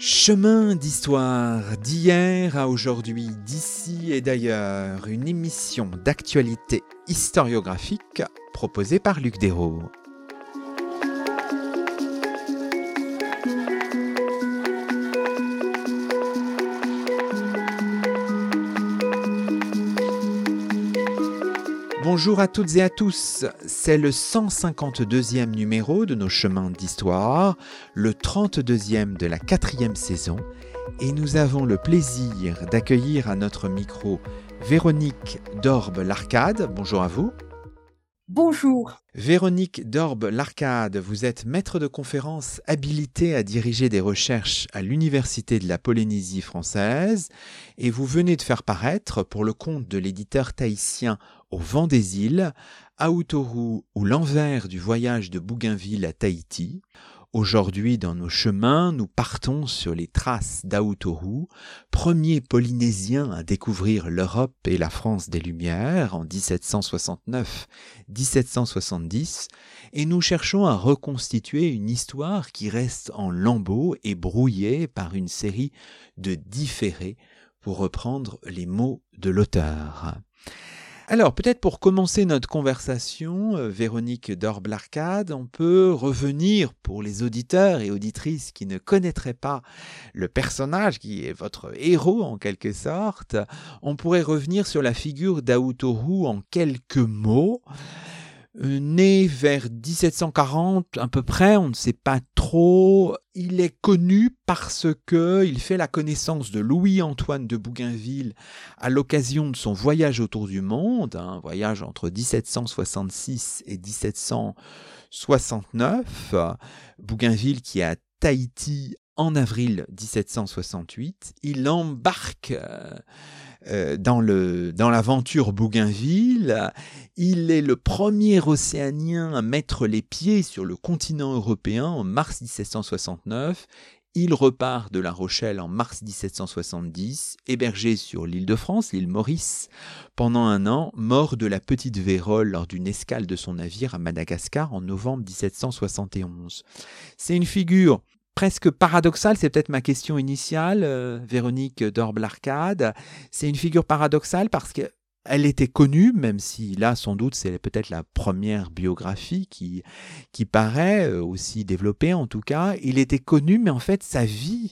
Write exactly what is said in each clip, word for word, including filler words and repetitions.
Chemin d'histoire, d'hier à aujourd'hui, d'ici et d'ailleurs, une émission d'actualité historiographique proposée par Luc Dérault. Bonjour à toutes et à tous, c'est le cent cinquante-deuxième numéro de nos chemins d'histoire, le trente-deuxième de la quatrième saison, et nous avons le plaisir d'accueillir à notre micro Véronique Dorbe-Larcade. Bonjour à vous. Bonjour. Véronique Dorbe-Larcade, vous êtes maître de conférence habilitée à diriger des recherches à l'Université de la Polynésie française et vous venez de faire paraître, pour le compte de l'éditeur tahitien Au vent des îles, Aotearoue ou l'envers du voyage de Bougainville à Tahiti. Aujourd'hui, dans nos chemins, nous partons sur les traces d'Aotearoue, premier Polynésien à découvrir l'Europe et la France des Lumières en dix-sept cent soixante-neuf à dix-sept cent soixante-dix, et nous cherchons à reconstituer une histoire qui reste en lambeaux et brouillée par une série de différés, pour reprendre les mots de l'auteur. Alors, peut-être pour commencer notre conversation, euh, Véronique Dorbe-Larcade, on peut revenir pour les auditeurs et auditrices qui ne connaîtraient pas le personnage, qui est votre héros en quelque sorte. On pourrait revenir sur la figure d'Aotearoue en quelques mots. Euh, né vers dix-sept cent quarante à peu près, on ne sait pas trop. Il est connu parce qu'il fait la connaissance de Louis-Antoine de Bougainville à l'occasion de son voyage autour du monde, un voyage entre dix-sept cent soixante-six et dix-sept cent soixante-neuf. Bougainville qui est à Tahiti en avril dix-sept cent soixante-huit. Il embarque euh, euh, dans, le, dans l'aventure Bougainville. Il est le premier océanien à mettre les pieds sur le continent européen en mars dix-sept cent soixante-neuf. Il repart de La Rochelle en mars dix-sept cent soixante-dix, hébergé sur l'île de France, l'île Maurice, pendant un an, mort de la petite vérole lors d'une escale de son navire à Madagascar en novembre dix-sept cent soixante et onze. C'est une figure presque paradoxale, c'est peut-être ma question initiale, euh, Véronique Dorbe-Larcade. C'est une figure paradoxale parce que elle était connue, même si là, sans doute, c'est peut-être la première biographie qui, qui paraît, aussi développée en tout cas. Il était connu, mais en fait, sa vie,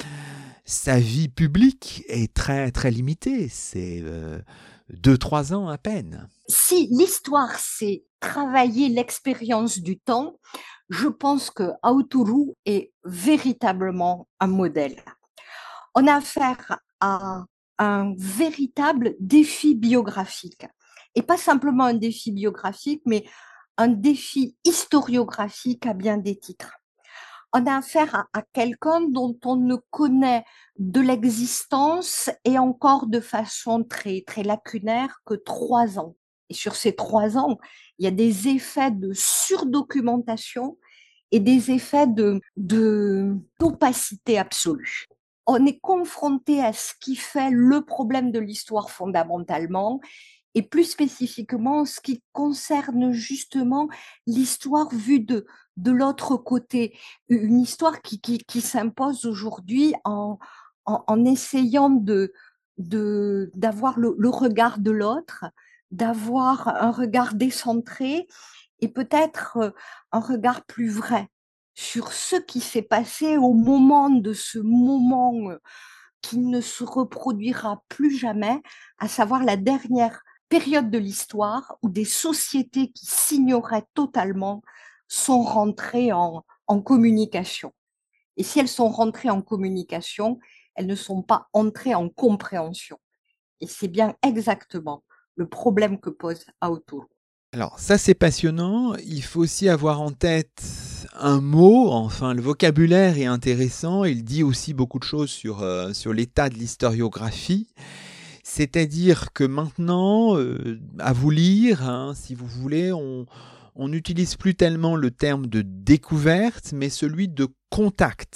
sa vie publique est très, très limitée. C'est euh, deux, trois ans à peine. Si l'histoire, c'est travailler l'expérience du temps, je pense que Aotearoue est véritablement un modèle. On a affaire à un véritable défi biographique. Et pas simplement un défi biographique, mais un défi historiographique à bien des titres. On a affaire à, à quelqu'un dont on ne connaît de l'existence et encore de façon très, très lacunaire que trois ans. Et sur ces trois ans, il y a des effets de surdocumentation et des effets de, de, d'opacité absolue. On est confronté à ce qui fait le problème de l'histoire fondamentalement, et plus spécifiquement ce qui concerne justement l'histoire vue de, de l'autre côté, une histoire qui, qui, qui s'impose aujourd'hui en, en, en essayant de, de, d'avoir le, le regard de l'autre, d'avoir un regard décentré et peut-être un regard plus vrai sur ce qui s'est passé au moment de ce moment qui ne se reproduira plus jamais, à savoir la dernière période de l'histoire où des sociétés qui s'ignoraient totalement sont rentrées en, en communication. Et si elles sont rentrées en communication, elles ne sont pas entrées en compréhension. Et c'est bien exactement le problème que pose Aotearoue. Alors ça c'est passionnant, il faut aussi avoir en tête un mot, enfin le vocabulaire est intéressant, il dit aussi beaucoup de choses sur, euh, sur l'état de l'historiographie, c'est-à-dire que maintenant, euh, à vous lire, hein, si vous voulez, on on n'utilise plus tellement le terme de découverte, mais celui de contact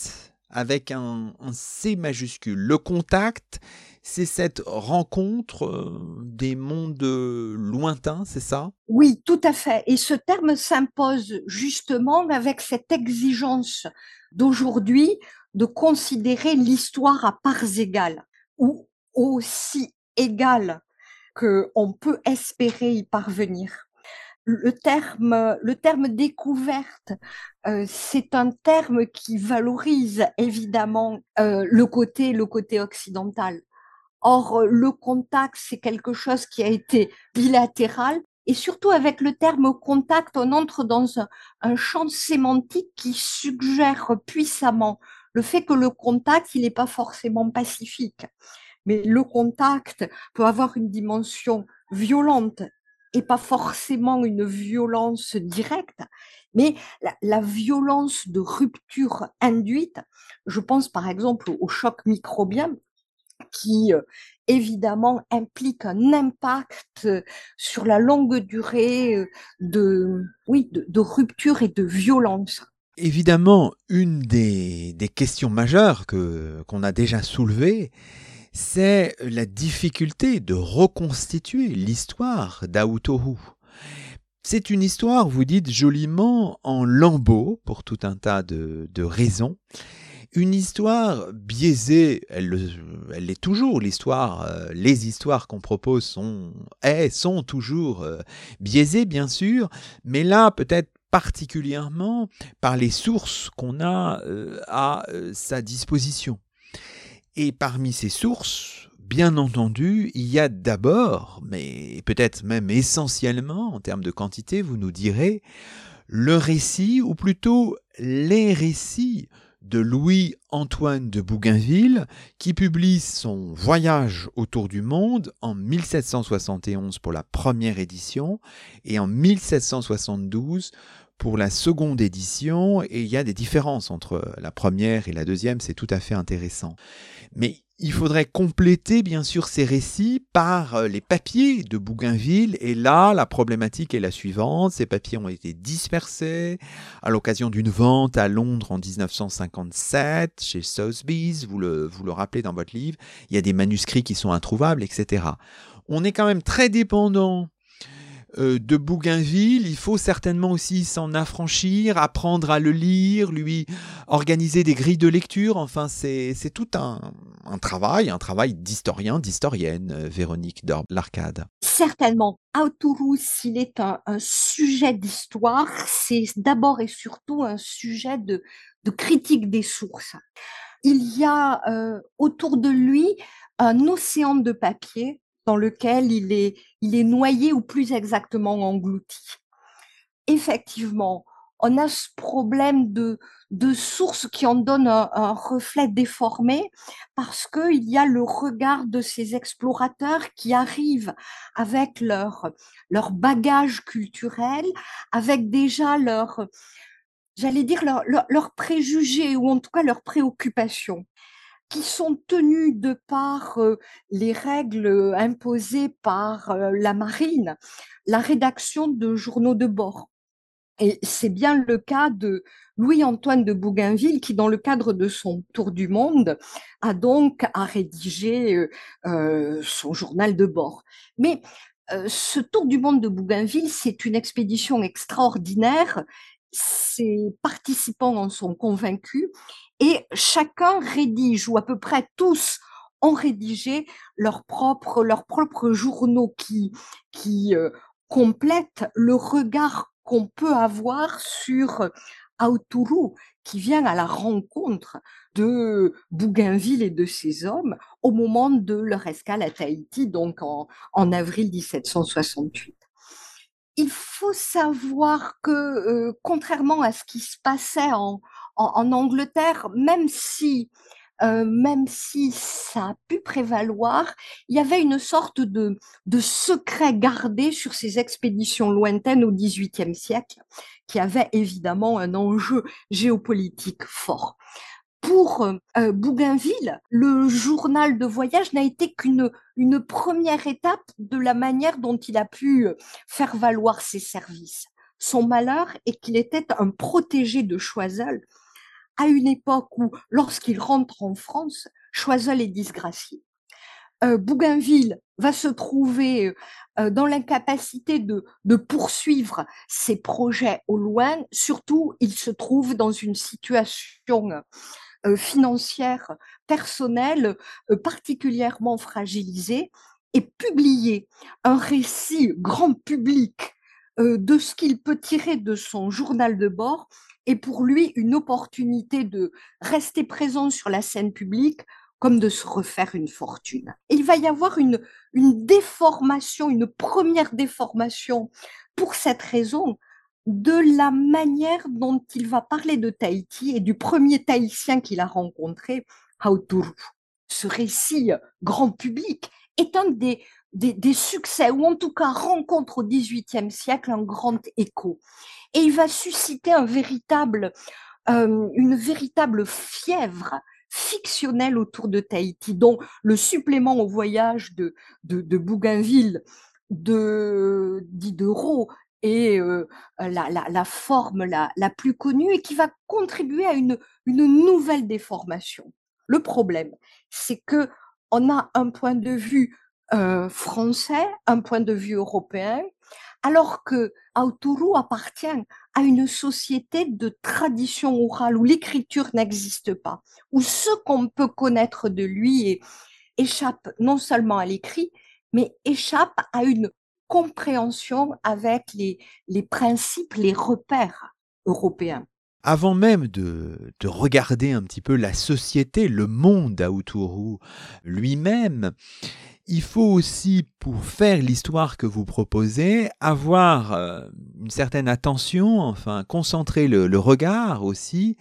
avec un, un C majuscule. Le contact, c'est cette rencontre euh, des mondes euh, lointains, c'est ça? Oui, tout à fait. Et ce terme s'impose justement avec cette exigence d'aujourd'hui de considérer l'histoire à parts égales ou aussi égales qu'on peut espérer y parvenir. Le terme, le terme découverte, euh, c'est un terme qui valorise évidemment euh, le côté, le côté occidental. Or, le contact, c'est quelque chose qui a été bilatéral. Et surtout, avec le terme contact, on entre dans un, un champ sémantique qui suggère puissamment le fait que le contact, il n'est pas forcément pacifique. Mais le contact peut avoir une dimension violente et pas forcément une violence directe, mais la, la violence de rupture induite. Je pense par exemple au choc microbien qui euh, évidemment implique un impact sur la longue durée euh, de, oui, de, de rupture et de violence. Évidemment, une des, des questions majeures que, qu'on a déjà soulevées, c'est la difficulté de reconstituer l'histoire d'Aotohu. C'est une histoire, vous dites joliment, en lambeaux, pour tout un tas de, de raisons. Une histoire biaisée, elle, le, elle l'est toujours, l'histoire, euh, les histoires qu'on propose sont, est, sont toujours euh, biaisées, bien sûr, mais là, peut-être particulièrement par les sources qu'on a euh, à euh, sa disposition. Et parmi ces sources, bien entendu, il y a d'abord, mais peut-être même essentiellement, en termes de quantité, vous nous direz, le récit, ou plutôt les récits de Louis-Antoine de Bougainville, qui publie son Voyage autour du monde en mille sept cent soixante et onze pour la première édition et en mille sept cent soixante-douze pour la seconde édition. Et il y a des différences entre la première et la deuxième, c'est tout à fait intéressant. Mais il faudrait compléter bien sûr ces récits par les papiers de Bougainville, et là la problématique est la suivante: ces papiers ont été dispersés à l'occasion d'une vente à Londres en dix-neuf cent cinquante-sept chez Sotheby's, vous le, vous le rappelez dans votre livre, il y a des manuscrits qui sont introuvables, et cetera. On est quand même très dépendant de Bougainville, il faut certainement aussi s'en affranchir, apprendre à le lire, lui organiser des grilles de lecture, enfin c'est, c'est tout un, un travail, un travail d'historien, d'historienne, Véronique Dorbe-Larcade. Certainement, Aotourou, s'il est un, un sujet d'histoire, c'est d'abord et surtout un sujet de, de critique des sources. Il y a euh, autour de lui un océan de papier dans lequel il est, il est noyé ou plus exactement englouti. Effectivement, on a ce problème de, de sources qui en donnent un, un reflet déformé parce qu'il y a le regard de ces explorateurs qui arrivent avec leur, leur bagage culturel, avec déjà leur, j'allais dire, leurs leur, leur préjugés ou en tout cas leurs préoccupations, qui sont tenus de par euh, les règles imposées par euh, la marine, la rédaction de journaux de bord. Et c'est bien le cas de Louis-Antoine de Bougainville qui, dans le cadre de son tour du monde, a donc à rédiger euh, son journal de bord. Mais euh, ce tour du monde de Bougainville, c'est une expédition extraordinaire. Ses participants en sont convaincus et chacun rédige, ou à peu près tous ont rédigé leurs propres, leurs propres journaux qui, qui euh, complètent le regard qu'on peut avoir sur Aotourou, qui vient à la rencontre de Bougainville et de ses hommes au moment de leur escale à Tahiti, donc en, en avril dix-sept cent soixante-huit. Il faut savoir que, euh, contrairement à ce qui se passait en, en, en Angleterre, même si euh, même si ça a pu prévaloir, il y avait une sorte de, de secret gardé sur ces expéditions lointaines au dix-huitième siècle, qui avait évidemment un enjeu géopolitique fort. Pour euh, Bougainville, le journal de voyage n'a été qu'une une première étape de la manière dont il a pu faire valoir ses services. Son malheur est qu'il était un protégé de Choiseul, à une époque où, lorsqu'il rentre en France, Choiseul est disgracié. Euh, Bougainville va se trouver euh, dans l'incapacité de, de poursuivre ses projets au loin. Surtout, il se trouve dans une situation euh, financière personnelle euh, particulièrement fragilisée et publier un récit grand public euh, de ce qu'il peut tirer de son journal de bord est pour lui une opportunité de rester présent sur la scène publique comme de se refaire une fortune. Et il va y avoir une, une déformation, une première déformation pour cette raison de la manière dont il va parler de Tahiti et du premier Tahitien qu'il a rencontré, Hauturu. Ce récit grand public est un des, des, des succès, ou en tout cas rencontre au dix-huitième siècle un grand écho. Et il va susciter un véritable, euh, une véritable fièvre fictionnelle autour de Tahiti, dont le supplément au voyage de, de, de Bougainville de Diderot est euh, la, la, la forme la, la plus connue et qui va contribuer à une, une nouvelle déformation. Le problème, c'est que on a un point de vue euh, français, un point de vue européen, alors que Aoturu appartient à une société de tradition orale où l'écriture n'existe pas, où ce qu'on peut connaître de lui est, échappe non seulement à l'écrit, mais échappe à une compréhension avec les, les principes, les repères européens. Avant même de, de regarder un petit peu la société, le monde d'Aoturu lui-même, il faut aussi, pour faire l'histoire que vous proposez, avoir euh, une certaine attention, enfin concentrer le, le regard aussi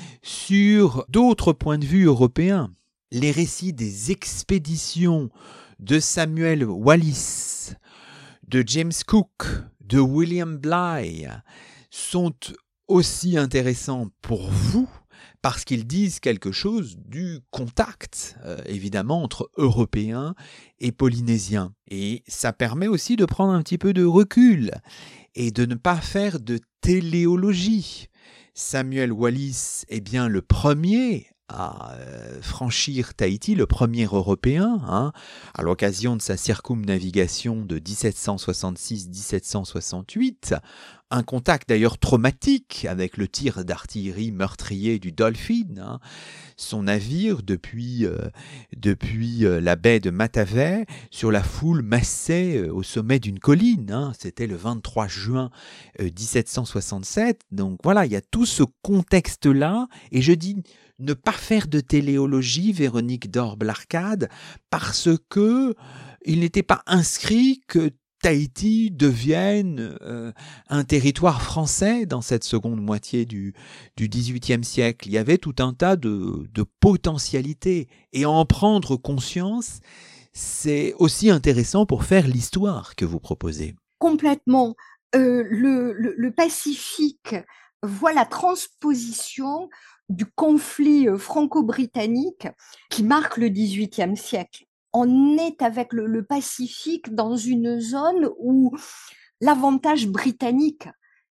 sur d'autres points de vue européens. Les récits des expéditions de Samuel Wallis, de James Cook, de William Bligh sont aussi intéressants pour vous parce qu'ils disent quelque chose du contact, euh, évidemment, entre Européens et Polynésiens. Et ça permet aussi de prendre un petit peu de recul et de ne pas faire de téléologie. Samuel Wallis est bien le premier à franchir Tahiti, le premier Européen, hein, à l'occasion de sa circumnavigation de dix-sept cent soixante-six à dix-sept cent soixante-huit, un contact d'ailleurs traumatique avec le tir d'artillerie meurtrier du Dolphin, hein, son navire depuis, euh, depuis euh, la baie de Matavai sur la foule massée euh, au sommet d'une colline, hein, c'était le vingt-trois juin euh, dix-sept cent soixante-sept, donc voilà, il y a tout ce contexte-là, et je dis ne pas faire de téléologie, Véronique Dorbe-Larcade, parce que il n'était pas inscrit que Tahiti devienne euh, un territoire français dans cette seconde moitié du, du dix-huitième siècle. Il y avait tout un tas de, de potentialités. Et en prendre conscience, c'est aussi intéressant pour faire l'histoire que vous proposez. Complètement. Euh, le, le, le Pacifique voit la transposition du conflit franco-britannique qui marque le dix-huitième siècle. On est avec le, le Pacifique dans une zone où l'avantage britannique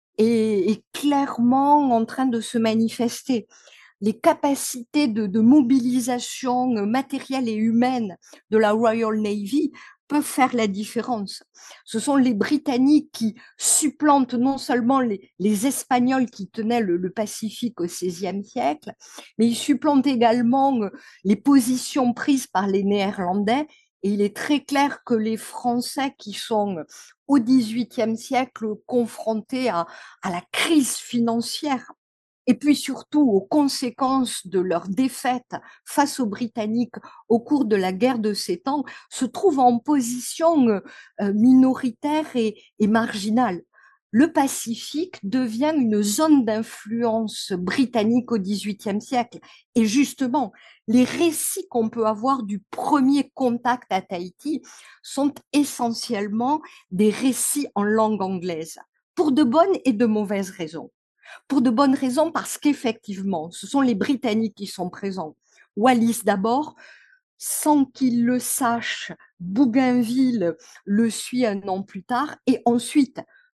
est, est clairement en train de se manifester. Les capacités de, de mobilisation matérielle et humaine de la Royal Navy peuvent faire la différence. Ce sont les Britanniques qui supplantent non seulement les, les Espagnols qui tenaient le, le Pacifique au seizième siècle, mais ils supplantent également les positions prises par les Néerlandais. Et il est très clair que les Français qui sont au dix-huitième siècle confrontés à, à la crise financière et puis surtout aux conséquences de leur défaite face aux Britanniques au cours de la guerre de Sept Ans, se trouvent en position minoritaire et, et marginale. Le Pacifique devient une zone d'influence britannique au dix-huitième siècle. Et justement, les récits qu'on peut avoir du premier contact à Tahiti sont essentiellement des récits en langue anglaise, pour de bonnes et de mauvaises raisons. Pour de bonnes raisons, parce qu'effectivement, ce sont les Britanniques qui sont présents. Wallis d'abord, sans qu'il le sache, Bougainville le suit un an plus tard, et ensuite,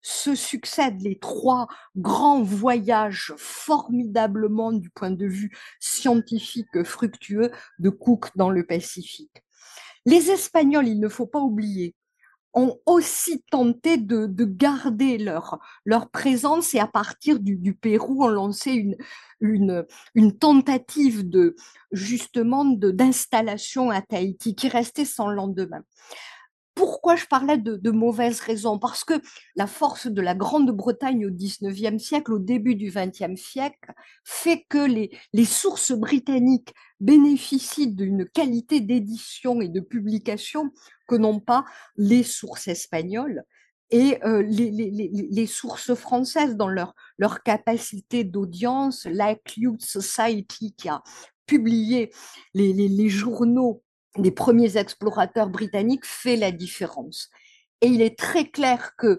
se succèdent les trois grands voyages formidablement du point de vue scientifique fructueux de Cook dans le Pacifique. Les Espagnols, il ne faut pas oublier, ont aussi tenté de, de garder leur, leur présence et à partir du, du Pérou ont lancé une, une, une tentative de justement de, d'installation à Tahiti qui restait sans lendemain. Pourquoi je parlais de, de mauvaises raisons? Parce que la force de la Grande-Bretagne au dix-neuvième siècle, au début du vingtième siècle, fait que les, les sources britanniques bénéficient d'une qualité d'édition et de publication que n'ont pas les sources espagnoles et euh, les, les, les, les sources françaises dans leur, leur capacité d'audience. L'Acute Society qui a publié les, les, les journaux des premiers explorateurs britanniques fait la différence. Et il est très clair que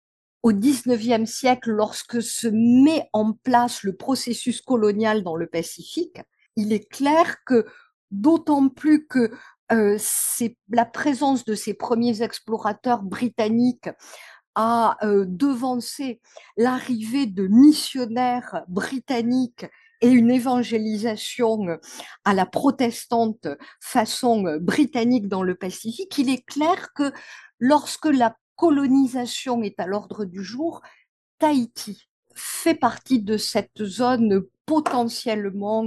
au dix-neuvième siècle, lorsque se met en place le processus colonial dans le Pacifique, il est clair que d'autant plus que euh, c'est la présence de ces premiers explorateurs britanniques a euh, devancé l'arrivée de missionnaires britanniques et une évangélisation à la protestante façon britannique dans le Pacifique, il est clair que lorsque la colonisation est à l'ordre du jour, Tahiti fait partie de cette zone potentiellement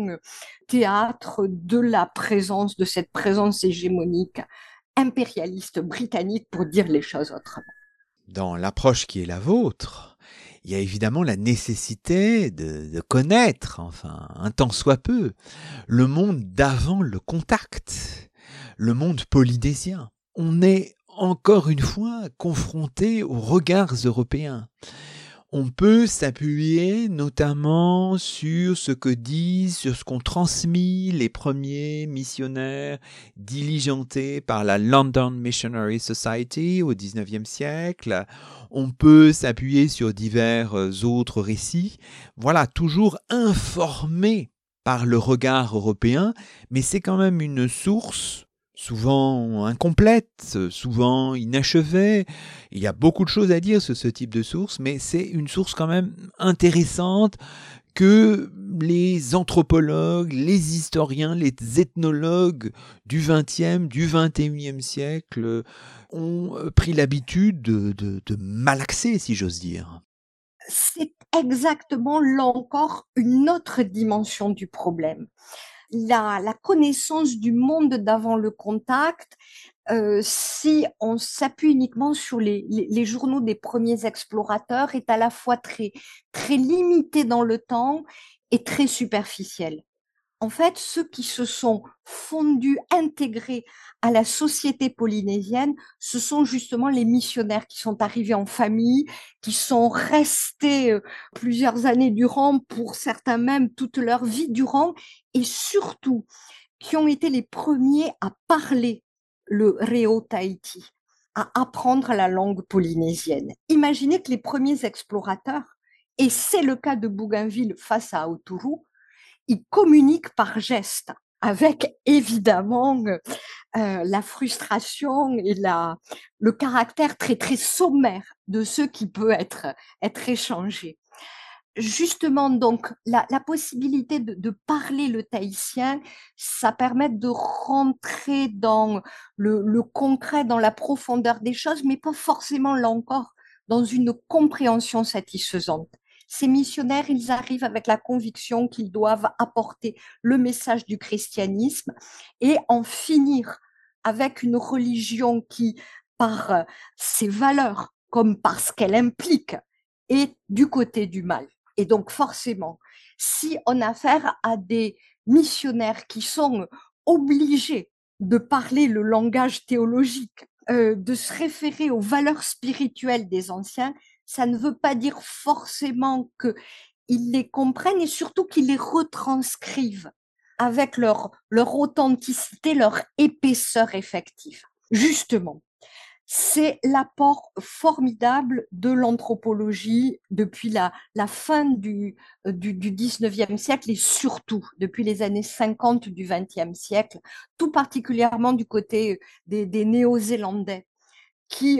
théâtre de la présence, de cette présence hégémonique impérialiste britannique, pour dire les choses autrement. Dans l'approche qui est la vôtre, il y a évidemment la nécessité de, de connaître, enfin, un tant soit peu, le monde d'avant le contact, le monde polynésien. On est encore une fois confronté aux regards européens. On peut s'appuyer notamment sur ce que disent, sur ce qu'ont transmis les premiers missionnaires diligentés par la London Missionary Society au dix-neuvième siècle. On peut s'appuyer sur divers autres récits. Voilà, toujours informés par le regard européen, mais c'est quand même une source souvent incomplète, souvent inachevée. Il y a beaucoup de choses à dire sur ce type de source, mais c'est une source quand même intéressante que les anthropologues, les historiens, les ethnologues du vingtième, du vingt et unième siècle ont pris l'habitude de, de, de malaxer, si j'ose dire. C'est exactement, là encore, une autre dimension du problème. La, la connaissance du monde d'avant le contact, euh, si on s'appuie uniquement sur les, les, les journaux des premiers explorateurs, est à la fois très, très limitée dans le temps et très superficielle. En fait, ceux qui se sont fondus, intégrés à la société polynésienne, ce sont justement les missionnaires qui sont arrivés en famille, qui sont restés plusieurs années durant, pour certains même toute leur vie durant, et surtout qui ont été les premiers à parler le Reo Tahiti, à apprendre la langue polynésienne. Imaginez que les premiers explorateurs, et c'est le cas de Bougainville face à Aotearoa, ils communiquent par geste, avec évidemment euh, la frustration et la, le caractère très très sommaire de ce qui peut être, être échangé. Justement, donc, la, la possibilité de, de parler le tahitien, ça permet de rentrer dans le, le concret, dans la profondeur des choses, mais pas forcément, là encore, dans une compréhension satisfaisante. Ces missionnaires, ils arrivent avec la conviction qu'ils doivent apporter le message du christianisme et en finir avec une religion qui, par ses valeurs, comme par ce qu'elle implique, est du côté du mal. Et donc, forcément, si on a affaire à des missionnaires qui sont obligés de parler le langage théologique, euh, de se référer aux valeurs spirituelles des anciens, ça ne veut pas dire forcément qu'ils les comprennent et surtout qu'ils les retranscrivent avec leur, leur authenticité, leur épaisseur effective. Justement, c'est l'apport formidable de l'anthropologie depuis la, la fin du, du, du dix-neuvième siècle et surtout depuis les années cinquante du vingtième siècle, tout particulièrement du côté des, des Néo-Zélandais qui, euh,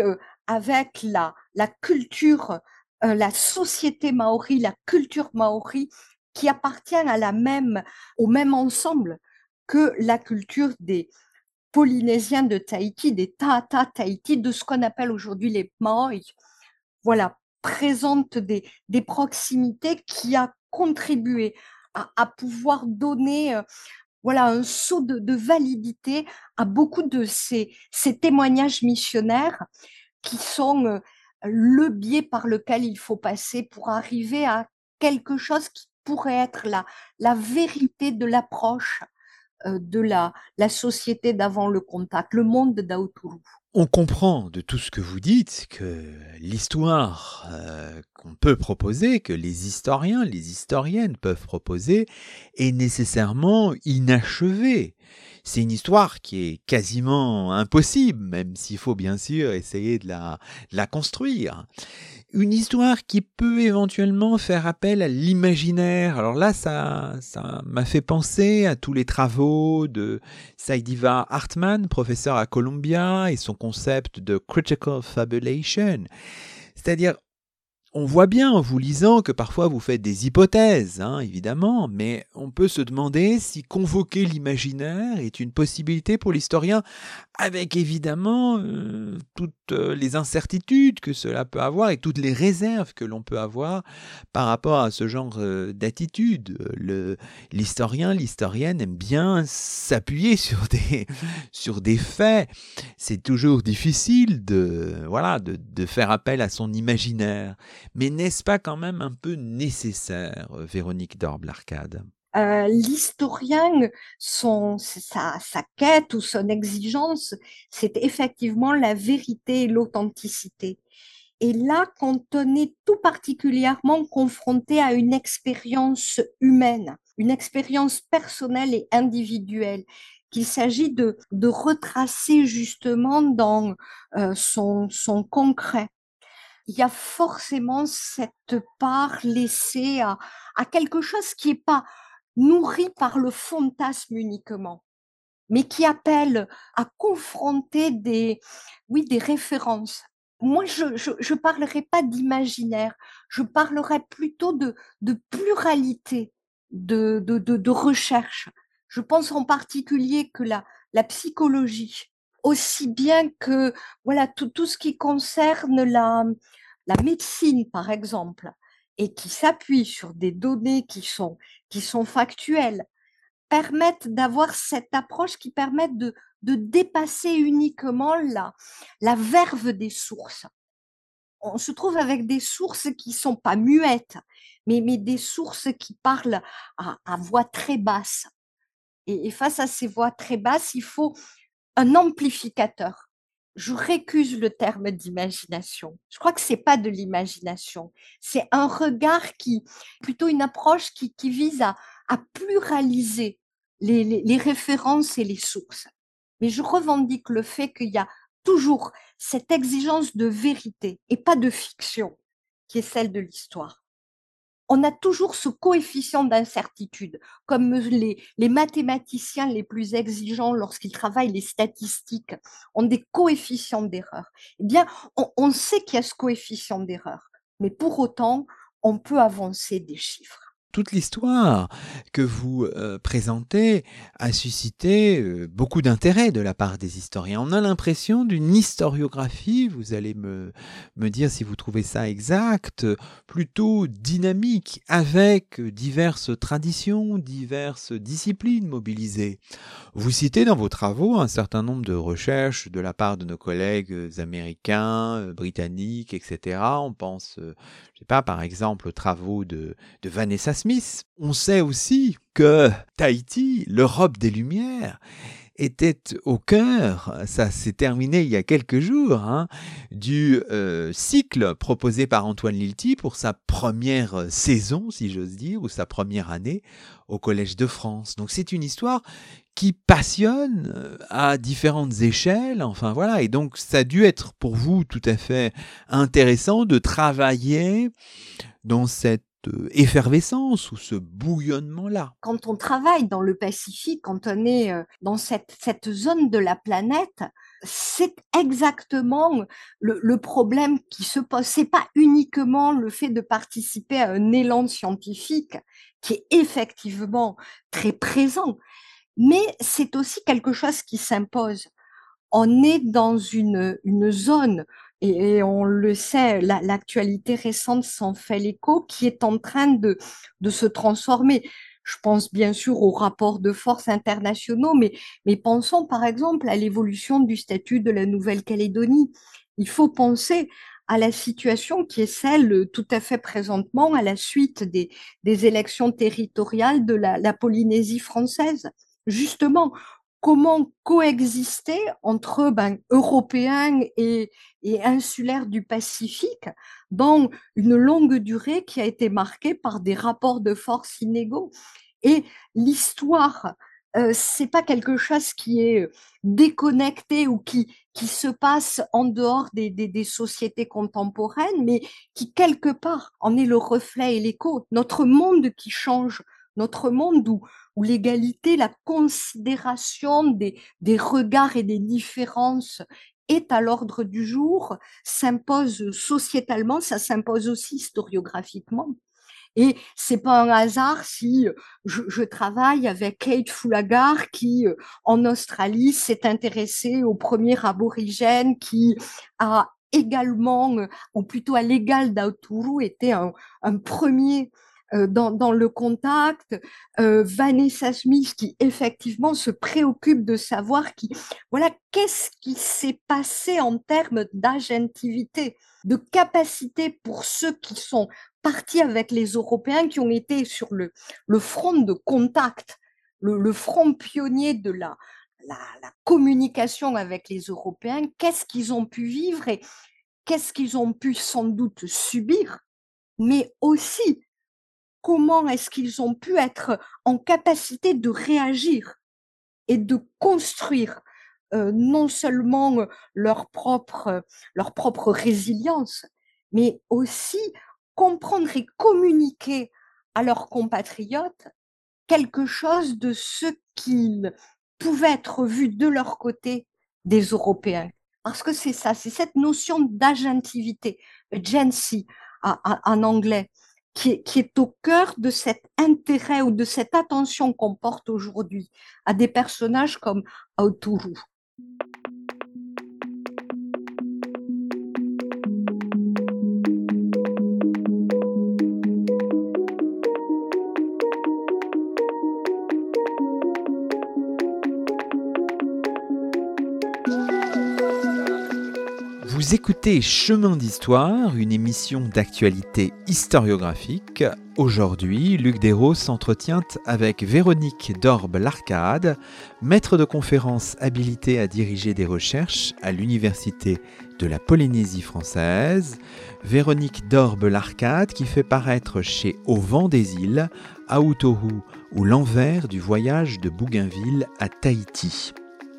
avec la, la culture, euh, la société maori, la culture maori, qui appartient à la même, au même ensemble que la culture des Polynésiens de Tahiti, des Tata Tahiti, de ce qu'on appelle aujourd'hui les Maoris. Voilà, présente des, des proximités qui a contribué à, à pouvoir donner euh, voilà, un saut de, de validité à beaucoup de ces, ces témoignages missionnaires qui sont euh, le biais par lequel il faut passer pour arriver à quelque chose qui pourrait être la, la vérité de l'approche euh, de la, la société d'avant le contact, le monde d'Aoturu. On comprend de tout ce que vous dites que l'histoire euh, qu'on peut proposer, que les historiens, les historiennes peuvent proposer, est nécessairement inachevée. C'est une histoire qui est quasiment impossible, même s'il faut bien sûr essayer de la, de la construire. Une histoire qui peut éventuellement faire appel à l'imaginaire. Alors là, ça, ça m'a fait penser à tous les travaux de Saidiva Hartman, professeur à Columbia, et son concept de critical fabulation. C'est-à-dire, on voit bien en vous lisant que parfois vous faites des hypothèses, hein, évidemment, mais on peut se demander si convoquer l'imaginaire est une possibilité pour l'historien, avec évidemment euh, toutes les incertitudes que cela peut avoir et toutes les réserves que l'on peut avoir par rapport à ce genre euh, d'attitude. Le, l'historien, l'historienne aime bien s'appuyer sur des, sur des faits. C'est toujours difficile de, voilà, de, de faire appel à son imaginaire. Mais n'est-ce pas quand même un peu nécessaire, Véronique Dorbe-Larcade ? Euh, l'historien, son, sa, sa quête ou son exigence, c'est effectivement la vérité et l'authenticité. Et là, quand on est tout particulièrement confronté à une expérience humaine, une expérience personnelle et individuelle, qu'il s'agit de, de retracer justement dans euh, son, son concret, il y a forcément cette part laissée à, à quelque chose qui n'est pas nourri par le fantasme uniquement, mais qui appelle à confronter des, oui, des références. Moi, je ne parlerai pas d'imaginaire, je parlerai plutôt de, de pluralité de, de, de, de recherche. Je pense en particulier que la, la psychologie, aussi bien que voilà, tout, tout ce qui concerne la, la médecine, par exemple, et qui s'appuie sur des données qui sont, qui sont factuelles, permettent d'avoir cette approche qui permet de, de dépasser uniquement la, la verve des sources. On se trouve avec des sources qui ne sont pas muettes, mais, mais des sources qui parlent à, à voix très basse. Et, et face à ces voix très basses, il faut un amplificateur. Je récuse le terme d'imagination. Je crois que c'est pas de l'imagination. C'est un regard qui, plutôt une approche qui, qui vise à, à pluraliser les, les, les références et les sources. Mais je revendique le fait qu'il y a toujours cette exigence de vérité et pas de fiction qui est celle de l'histoire. On a toujours ce coefficient d'incertitude, comme les, les mathématiciens les plus exigeants lorsqu'ils travaillent les statistiques ont des coefficients d'erreur. Eh bien, on, on sait qu'il y a ce coefficient d'erreur, mais pour autant, on peut avancer des chiffres. Toute l'histoire que vous euh, présentez a suscité euh, beaucoup d'intérêt de la part des historiens. On a l'impression d'une historiographie, vous allez me, me dire si vous trouvez ça exact, plutôt dynamique, avec diverses traditions, diverses disciplines mobilisées. Vous citez dans vos travaux un certain nombre de recherches de la part de nos collègues américains, britanniques, et cetera. On pense, je sais pas, par exemple, aux travaux de, de Vanessa Smith. On sait aussi que Tahiti, l'Europe des Lumières, était au cœur, ça s'est terminé il y a quelques jours, hein, du euh, cycle proposé par Antoine Lilti pour sa première saison, si j'ose dire, ou sa première année au Collège de France. Donc c'est une histoire qui passionne à différentes échelles, enfin voilà, et donc ça a dû être pour vous tout à fait intéressant de travailler dans cette effervescence ou ce bouillonnement-là. Quand on travaille dans le Pacifique, quand on est dans cette, cette zone de la planète, c'est exactement le, le problème qui se pose. C'est pas uniquement le fait de participer à un élan scientifique qui est effectivement très présent, mais c'est aussi quelque chose qui s'impose. On est dans une, une zone, et, et on le sait, la- l'actualité récente s'en fait l'écho, qui est en train de, de se transformer. Je pense bien sûr aux rapports de force internationaux, mais, mais pensons par exemple à l'évolution du statut de la Nouvelle-Calédonie. Il faut penser à la situation qui est celle tout à fait présentement à la suite des, des élections territoriales de la, la Polynésie française. Justement, comment coexister entre ben, Européens et, et insulaires du Pacifique dans une longue durée qui a été marquée par des rapports de force inégaux. Et l'histoire, euh, c'est pas quelque chose qui est déconnecté ou qui, qui se passe en dehors des, des, des sociétés contemporaines, mais qui quelque part en est le reflet et l'écho. Notre monde qui change, notre monde où où l'égalité, la considération des, des regards et des différences est à l'ordre du jour, s'impose sociétalement, ça s'impose aussi historiographiquement. Et c'est pas un hasard si je, je travaille avec Kate Foulagar qui, en Australie, s'est intéressée aux premiers aborigènes, qui a également, ou plutôt à l'égal d'Aotearoa, été un, un premier euh, dans, dans le contact. Euh, Vanessa Smith qui effectivement se préoccupe de savoir qui, voilà, qu'est-ce qui s'est passé en termes d'agentivité, de capacité pour ceux qui sont partis avec les Européens, qui ont été sur le, le front de contact, le, le front pionnier de la, la, la communication avec les Européens, qu'est-ce qu'ils ont pu vivre et qu'est-ce qu'ils ont pu sans doute subir, mais aussi comment est-ce qu'ils ont pu être en capacité de réagir et de construire euh, non seulement leur propre, leur propre résilience, mais aussi comprendre et communiquer à leurs compatriotes quelque chose de ce qu'ils pouvaient être vus de leur côté des Européens. Parce que c'est ça, c'est cette notion d'agentivité, agency en anglais, qui est, qui est au cœur de cet intérêt ou de cette attention qu'on porte aujourd'hui à des personnages comme Aotearoa. Vous écoutez Chemin d'Histoire, une émission d'actualité historiographique. Aujourd'hui, Luc Desros s'entretient avec Véronique Dorbe-Larcade, maître de conférences habilitée à diriger des recherches à l'Université de la Polynésie française. Véronique Dorbe-Larcade qui fait paraître chez Au vent des îles, Aotearoa ou l'envers du voyage de Bougainville à Tahiti.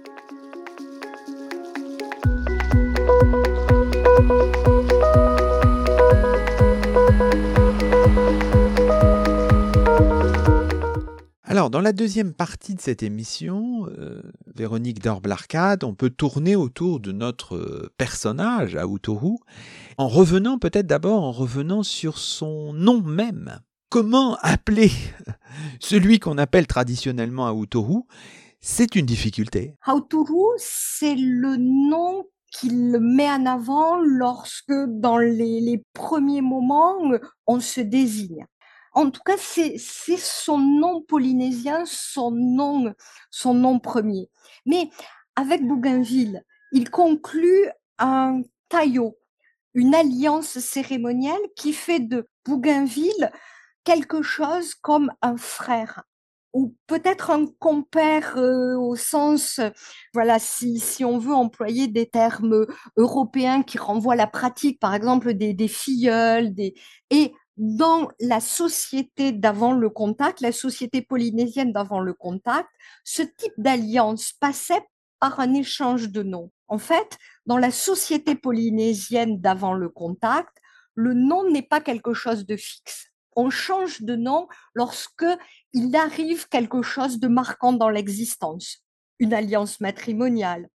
Alors, dans la deuxième partie de cette émission, euh, Véronique Dorbe-Larcade, on peut tourner autour de notre personnage, Aotearoa, en revenant peut-être d'abord, en revenant sur son nom même. Comment appeler celui qu'on appelle traditionnellement Aotearoa? C'est une difficulté. Aotearoa, c'est le nom qu'il met en avant lorsque, dans les, les premiers moments, on se désigne. En tout cas, c'est son nom polynésien, son nom, son nom premier. Mais avec Bougainville, il conclut un taillot, une alliance cérémonielle qui fait de Bougainville quelque chose comme un frère ou peut-être un compère euh, au sens, euh, voilà, si, si on veut employer des termes européens qui renvoient à la pratique, par exemple des, des filleuls, des... et dans la société d'avant le contact, la société polynésienne d'avant le contact, ce type d'alliance passait par un échange de noms. En fait, dans la société polynésienne d'avant le contact, le nom n'est pas quelque chose de fixe. On change de nom lorsque il arrive quelque chose de marquant dans l'existence, une alliance matrimoniale,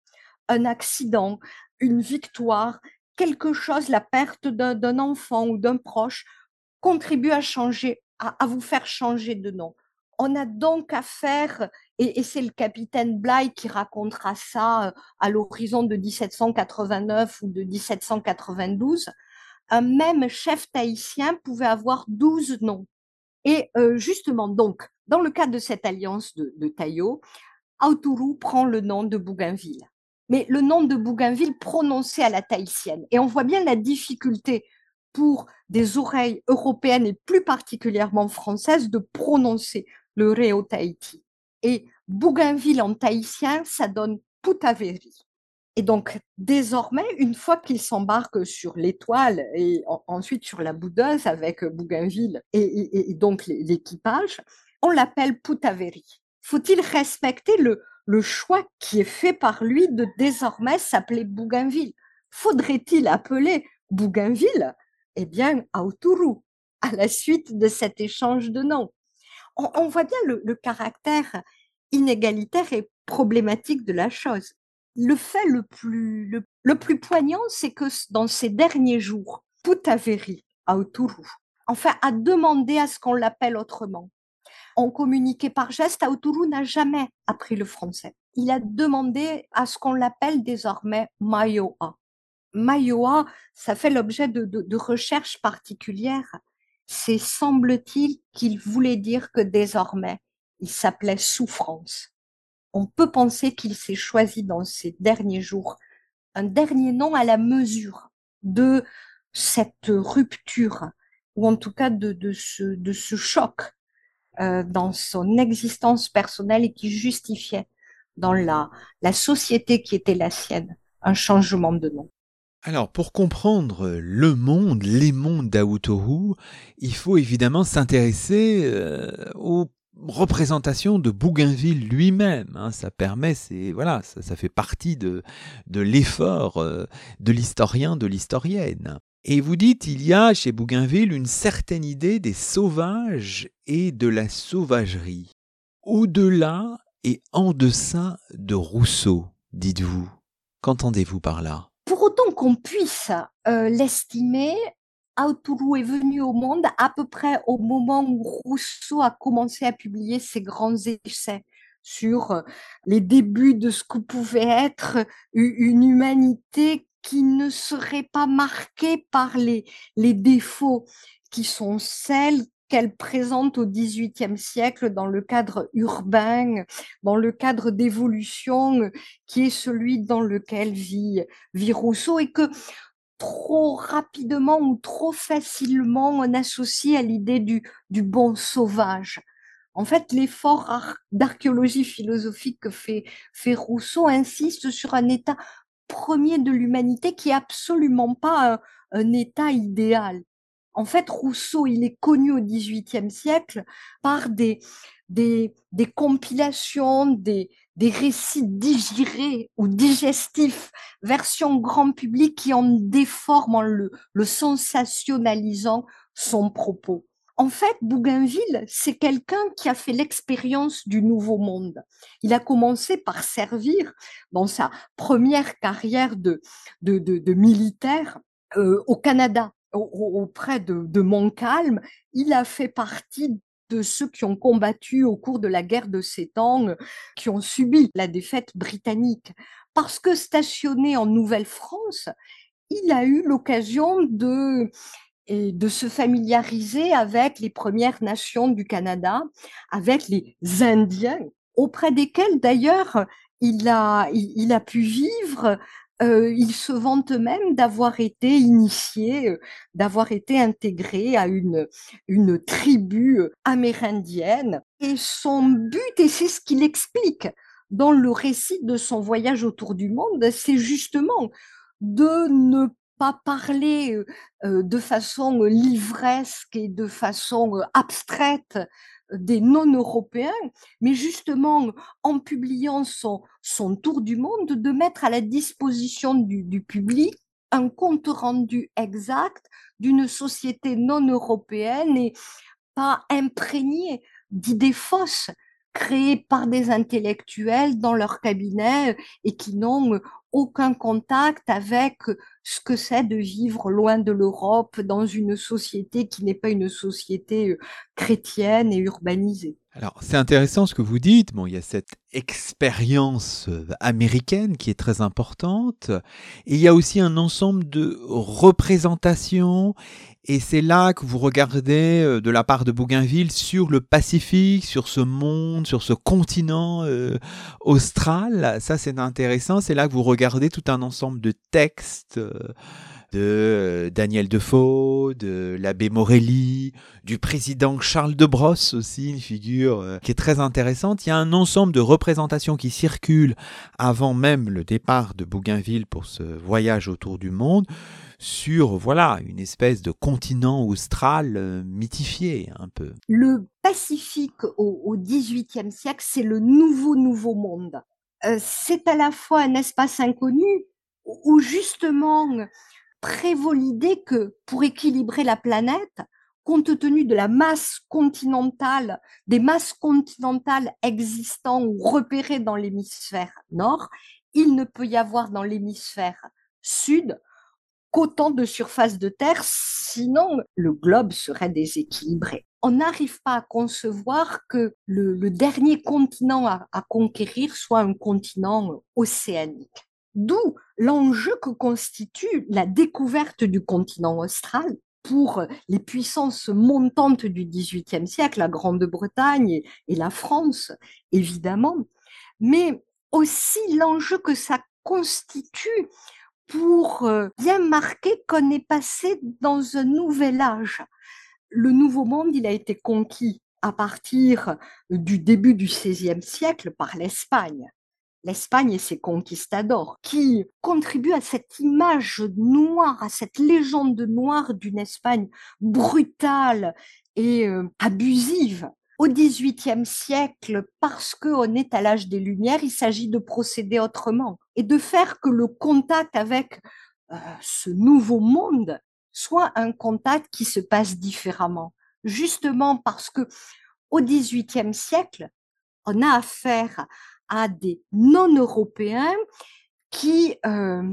un accident, une victoire, quelque chose, la perte d'un d'un enfant ou d'un proche, contribue à changer, à, à vous faire changer de nom. On a donc affaire, et, et c'est le capitaine Bligh qui racontera ça euh, à l'horizon de dix-sept cent quatre-vingt-neuf ou de dix-sept cent quatre-vingt-douze, un même chef tahitien pouvait avoir douze noms. Et euh, justement, donc, dans le cadre de cette alliance de, de Tayo, Aotourou prend le nom de Bougainville. Mais le nom de Bougainville prononcé à la tahitienne. Et on voit bien la difficulté pour des oreilles européennes et plus particulièrement françaises de prononcer le ré au Tahiti. Et Bougainville en tahitien, ça donne Putaveri. Et donc, désormais, une fois qu'il s'embarque sur l'étoile et en, ensuite sur la boudeuse avec Bougainville et, et, et donc l'équipage, on l'appelle Putaveri. Faut-il respecter le, le choix qui est fait par lui de désormais s'appeler Bougainville? Faudrait-il appeler Bougainville? Eh bien, Aotourou, à la suite de cet échange de noms. On, on voit bien le, le caractère inégalitaire et problématique de la chose. Le fait le plus, le, le plus poignant, c'est que dans ces derniers jours, Putaveri, Aotourou, enfin, a demandé à ce qu'on l'appelle autrement. On communiquait par geste, Aotourou n'a jamais appris le français. Il a demandé à ce qu'on l'appelle désormais Mayoa. Mayoa, ça fait l'objet de, de, de recherches particulières. C'est, semble-t-il, qu'il voulait dire que désormais, il s'appelait souffrance. On peut penser qu'il s'est choisi dans ces derniers jours un dernier nom à la mesure de cette rupture, ou en tout cas de, de, ce, de ce choc euh, dans son existence personnelle et qui justifiait dans la, la société qui était la sienne un changement de nom. Alors, pour comprendre le monde, les mondes d'Aotourou, il faut évidemment s'intéresser euh, aux représentations de Bougainville lui-même. Hein. Ça permet, c'est voilà, ça, ça fait partie de, de l'effort euh, de l'historien, de l'historienne. Et vous dites, il y a chez Bougainville une certaine idée des sauvages et de la sauvagerie. Au-delà et en deçà de Rousseau, dites-vous. Qu'entendez-vous par là? Pour autant qu'on puisse euh, l'estimer, Aotourou est venu au monde à peu près au moment où Rousseau a commencé à publier ses grands essais sur les débuts de ce que pouvait être une humanité qui ne serait pas marquée par les, les défauts qui sont celles qu'elle présente au dix-huitième siècle dans le cadre urbain, dans le cadre d'évolution qui est celui dans lequel vit, vit Rousseau et que trop rapidement ou trop facilement on associe à l'idée du, du bon sauvage. En fait, l'effort d'archéologie philosophique que fait, fait Rousseau insiste sur un état premier de l'humanité qui est absolument pas un, un état idéal. En fait, Rousseau, il est connu au dix-huitième siècle par des, des, des compilations, des, des récits digérés ou digestifs, version grand public qui en déforment en le, le sensationnalisant son propos. En fait, Bougainville, c'est quelqu'un qui a fait l'expérience du nouveau monde. Il a commencé par servir dans sa première carrière de, de, de, de militaire euh, au Canada, au, auprès de, de Montcalm. Il a fait partie de ceux qui ont combattu au cours de la guerre de Sept Ans, qui ont subi la défaite britannique. Parce que stationné en Nouvelle-France, il a eu l'occasion de, et de se familiariser avec les Premières Nations du Canada, avec les Indiens, auprès desquels d'ailleurs il a, il, il a pu vivre. Euh, il se vante même d'avoir été initié, euh, d'avoir été intégré à une, une tribu amérindienne. Et son but, et c'est ce qu'il explique dans le récit de son voyage autour du monde, c'est justement de ne pas parler euh, de façon livresque et de façon euh, abstraite des non-européens, mais justement en publiant son, son tour du monde, de mettre à la disposition du, du public un compte rendu exact d'une société non européenne et pas imprégnée d'idées fausses créés par des intellectuels dans leur cabinet et qui n'ont aucun contact avec ce que c'est de vivre loin de l'Europe dans une société qui n'est pas une société chrétienne et urbanisée. Alors, c'est intéressant ce que vous dites. Bon, il y a cette expérience américaine qui est très importante. Et il y a aussi un ensemble de représentations. Et c'est là que vous regardez de la part de Bougainville sur le Pacifique, sur ce monde, sur ce continent euh, austral. Ça, c'est intéressant. C'est là que vous regardez tout un ensemble de textes euh, de Daniel Defoe, de l'abbé Morelli, du président Charles de Brosse aussi, une figure euh, qui est très intéressante. Il y a un ensemble de représentations qui circulent avant même le départ de Bougainville pour ce voyage autour du monde sur, voilà, une espèce de continent austral euh, mythifié un peu. Le Pacifique au, au dix-huitième siècle, c'est le nouveau nouveau monde. Euh, c'est à la fois un espace inconnu où justement prévaut l'idée que pour équilibrer la planète, compte tenu de la masse continentale, des masses continentales existant ou repérées dans l'hémisphère nord, il ne peut y avoir dans l'hémisphère sud qu'autant de surface de terre, sinon le globe serait déséquilibré. On n'arrive pas à concevoir que le, le dernier continent à, à conquérir soit un continent océanique. D'où l'enjeu que constitue la découverte du continent austral pour les puissances montantes du dix-huitième siècle, la Grande-Bretagne et, et la France, évidemment, mais aussi l'enjeu que ça constitue pour bien marquer qu'on est passé dans un nouvel âge. Le Nouveau Monde, il a été conquis à partir du début du seizième siècle par l'Espagne. L'Espagne et ses conquistadors, qui contribuent à cette image noire, à cette légende noire d'une Espagne brutale et euh, abusive. Au dix-huitième siècle, parce qu'on est à l'âge des Lumières, il s'agit de procéder autrement et de faire que le contact avec euh, ce nouveau monde soit un contact qui se passe différemment. Justement parce que au dix-huitième siècle, on a affaire à des non-européens qui euh,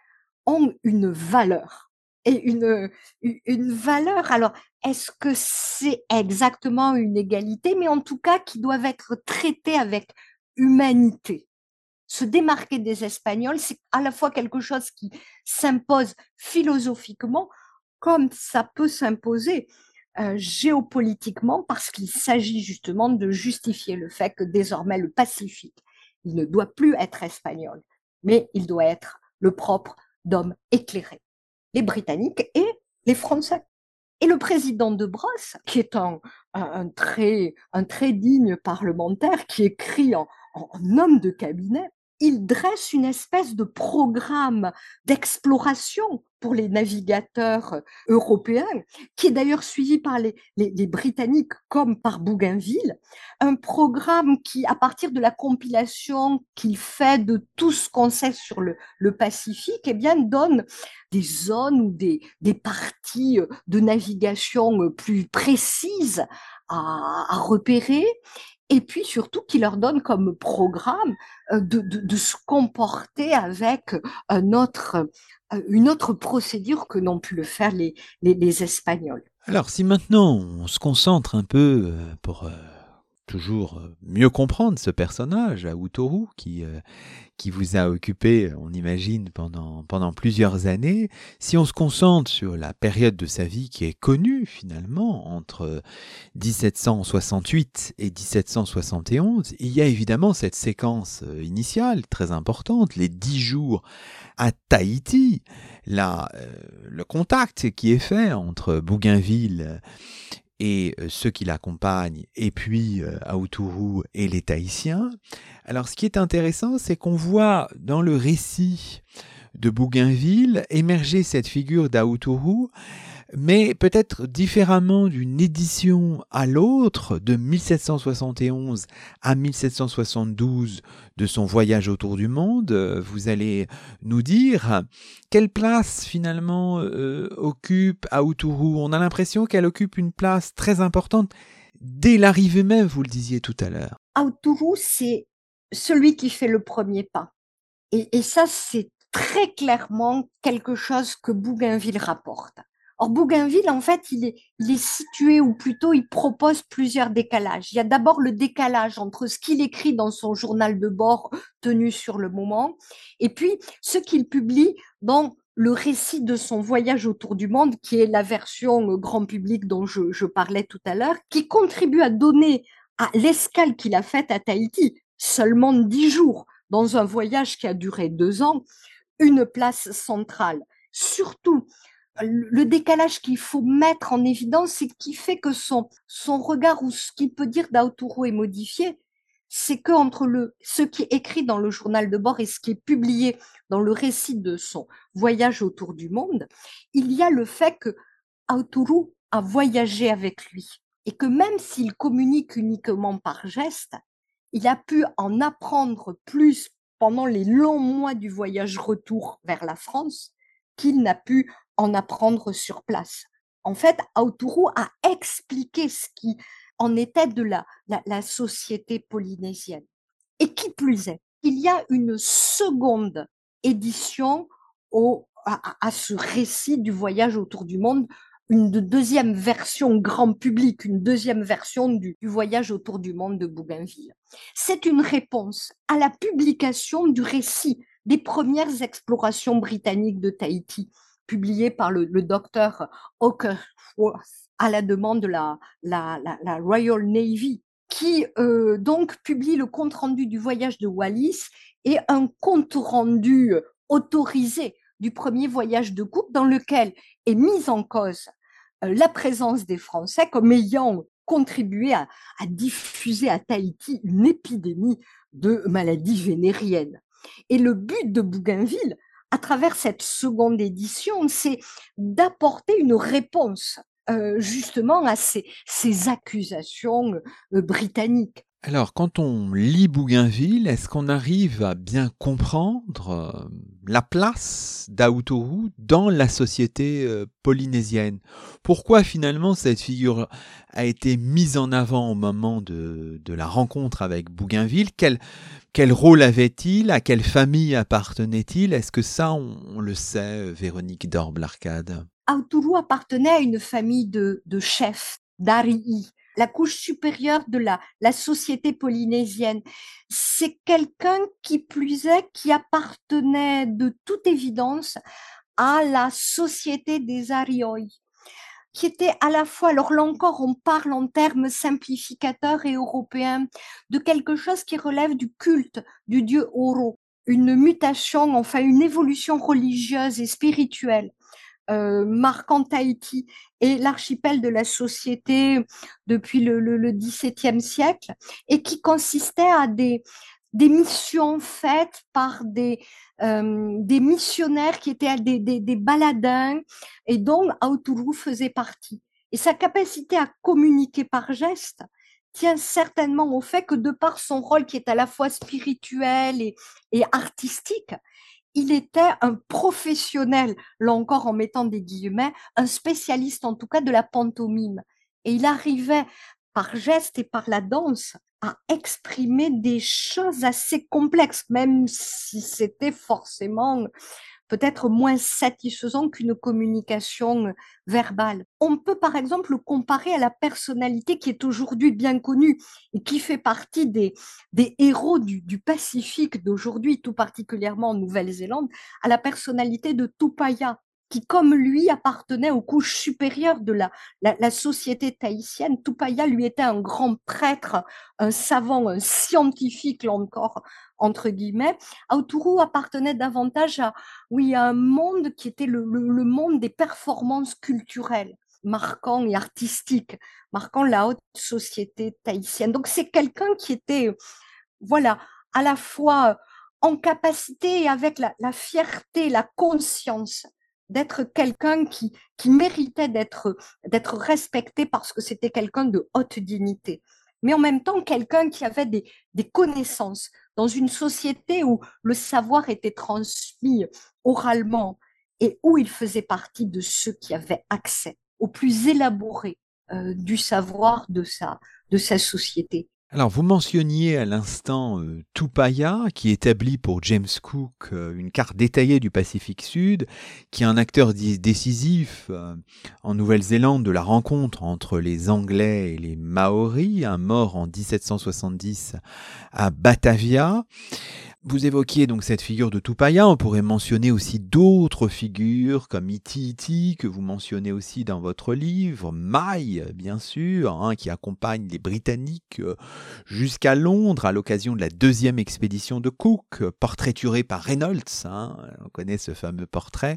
ont une valeur. Et une, une valeur, alors, est-ce que c'est exactement une égalité, mais en tout cas qui doivent être traités avec humanité. Se démarquer des Espagnols, c'est à la fois quelque chose qui s'impose philosophiquement, comme ça peut s'imposer euh, géopolitiquement, parce qu'il s'agit justement de justifier le fait que désormais le Pacifique, il ne doit plus être espagnol, mais il doit être le propre d'hommes éclairés, les Britanniques et les Français. Et le président de Brosse, qui est un, un, un, très, un très digne parlementaire, qui écrit en, en, en homme de cabinet, il dresse une espèce de programme d'exploration pour les navigateurs européens, qui est d'ailleurs suivi par les, les, les Britanniques comme par Bougainville, un programme qui, à partir de la compilation qu'il fait de tout ce qu'on sait sur le, le Pacifique, eh bien, donne des zones ou des, des parties de navigation plus précises à, à repérer, et puis surtout qui leur donne comme programme de, de, de se comporter avec un autre, une autre procédure que n'ont pu le faire les, les, les Espagnols. Alors si maintenant on se concentre un peu pour euh, toujours mieux comprendre ce personnage, Aoutourou, qui, euh, qui vous a occupé, on imagine, pendant, pendant plusieurs années, si on se concentre sur la période de sa vie qui est connue finalement entre dix-sept cent soixante-huit et dix-sept cent soixante et onze, il y a évidemment cette séquence initiale très importante, les dix jours à Tahiti, là, euh, le contact qui est fait entre Bougainville et ceux qui l'accompagnent, et puis euh, Aoutourou et les Tahitiens. Alors ce qui est intéressant, c'est qu'on voit dans le récit de Bougainville émerger cette figure d'Aoutourou, mais peut-être différemment d'une édition à l'autre, de mille sept cent soixante et onze à mille sept cent soixante-douze de son voyage autour du monde. Vous allez nous dire quelle place finalement euh, occupe Aoutourou. On a l'impression qu'elle occupe une place très importante dès l'arrivée même, vous le disiez tout à l'heure. Autourou, c'est celui qui fait le premier pas. Et, et ça, c'est très clairement quelque chose que Bougainville rapporte. Or, Bougainville, en fait, il est, il est situé, ou plutôt, il propose plusieurs décalages. Il y a d'abord le décalage entre ce qu'il écrit dans son journal de bord tenu sur le moment, et puis ce qu'il publie dans le récit de son voyage autour du monde, qui est la version grand public dont je, je parlais tout à l'heure, qui contribue à donner à l'escale qu'il a faite à Tahiti, seulement dix jours, dans un voyage qui a duré deux ans, une place centrale. Surtout, le décalage qu'il faut mettre en évidence, c'est qui fait que son, son regard ou ce qu'il peut dire d'Autourou est modifié, c'est qu'entre le, ce qui est écrit dans le journal de bord et ce qui est publié dans le récit de son voyage autour du monde, il y a le fait que Autourou a voyagé avec lui et que même s'il communique uniquement par geste, il a pu en apprendre plus pendant les longs mois du voyage retour vers la France qu'il n'a pu en apprendre sur place. En fait, Autourou a expliqué ce qui en était de la, la, la société polynésienne. Et qui plus est, il y a une seconde édition au, à, à ce récit du voyage autour du monde, une deuxième version grand public, une deuxième version du, du voyage autour du monde de Bougainville. C'est une réponse à la publication du récit des premières explorations britanniques de Tahiti, publié par le, le docteur Hawkersworth à la demande de la, la, la, la Royal Navy, qui euh, donc publie le compte-rendu du voyage de Wallis et un compte-rendu autorisé du premier voyage de Cook dans lequel est mise en cause euh, la présence des Français comme ayant contribué à, à diffuser à Tahiti une épidémie de maladies vénériennes. Et le but de Bougainville, à travers cette seconde édition, c'est d'apporter une réponse euh, justement à ces, ces accusations euh, britanniques. Alors, quand on lit Bougainville, est-ce qu'on arrive à bien comprendre euh, la place d'Autourou dans la société euh, polynésienne? Pourquoi finalement cette figure a été mise en avant au moment de, de la rencontre avec Bougainville? Quel, quel rôle avait-il? À quelle famille appartenait-il? Est-ce que ça, on, on le sait, Véronique Dorbe-Larcade? Autourou appartenait à une famille de, de chefs, d'Ari'i, la couche supérieure de la, la société polynésienne. C'est quelqu'un qui plus est, qui appartenait de toute évidence à la société des Arioi, qui était à la fois, alors là encore on parle en termes simplificateurs et européens, de quelque chose qui relève du culte du dieu Oro, une mutation, enfin une évolution religieuse et spirituelle. Euh, marquant Tahiti et l'archipel de la société depuis le, le, le dix-septième siècle, et qui consistait à des, des missions faites par des, euh, des missionnaires qui étaient des, des, des baladins, et dont Autourou faisait partie. Et sa capacité à communiquer par geste tient certainement au fait que de par son rôle qui est à la fois spirituel et, et artistique, il était un professionnel, là encore en mettant des guillemets, un spécialiste en tout cas de la pantomime. Et il arrivait par geste et par la danse à exprimer des choses assez complexes, même si c'était forcément peut-être moins satisfaisant qu'une communication verbale. On peut par exemple le comparer à la personnalité qui est aujourd'hui bien connue et qui fait partie des, des héros du, du Pacifique d'aujourd'hui, tout particulièrement en Nouvelle-Zélande, à la personnalité de Tupaya, qui, comme lui, appartenait aux couches supérieures de la, la, la société tahitienne. Tupaya, lui, était un grand prêtre, un savant, un scientifique, là encore, entre guillemets. Autourou appartenait davantage à, oui, à un monde qui était le, le, le monde des performances culturelles, marquant et artistiques, marquant la haute société tahitienne. Donc, c'est quelqu'un qui était, voilà, à la fois en capacité et avec la, la fierté, la conscience d'être quelqu'un qui, qui méritait d'être, d'être respecté parce que c'était quelqu'un de haute dignité, mais en même temps quelqu'un qui avait des, des connaissances dans une société où le savoir était transmis oralement et où il faisait partie de ceux qui avaient accès au plus élaboré euh, du savoir de sa, de sa société. Alors, vous mentionniez à l'instant euh, Tupaya, qui établit pour James Cook euh, une carte détaillée du Pacifique Sud, qui est un acteur di- décisif euh, en Nouvelle-Zélande de la rencontre entre les Anglais et les Maoris, un mort en dix-sept cent soixante-dix à Batavia. Vous évoquiez donc cette figure de Tupaya, on pourrait mentionner aussi d'autres figures comme Iti Iti, que vous mentionnez aussi dans votre livre, Mai, bien sûr, hein, qui accompagne les Britanniques euh, jusqu'à Londres à l'occasion de la deuxième expédition de Cook, portraituré par Reynolds, hein, on connaît ce fameux portrait,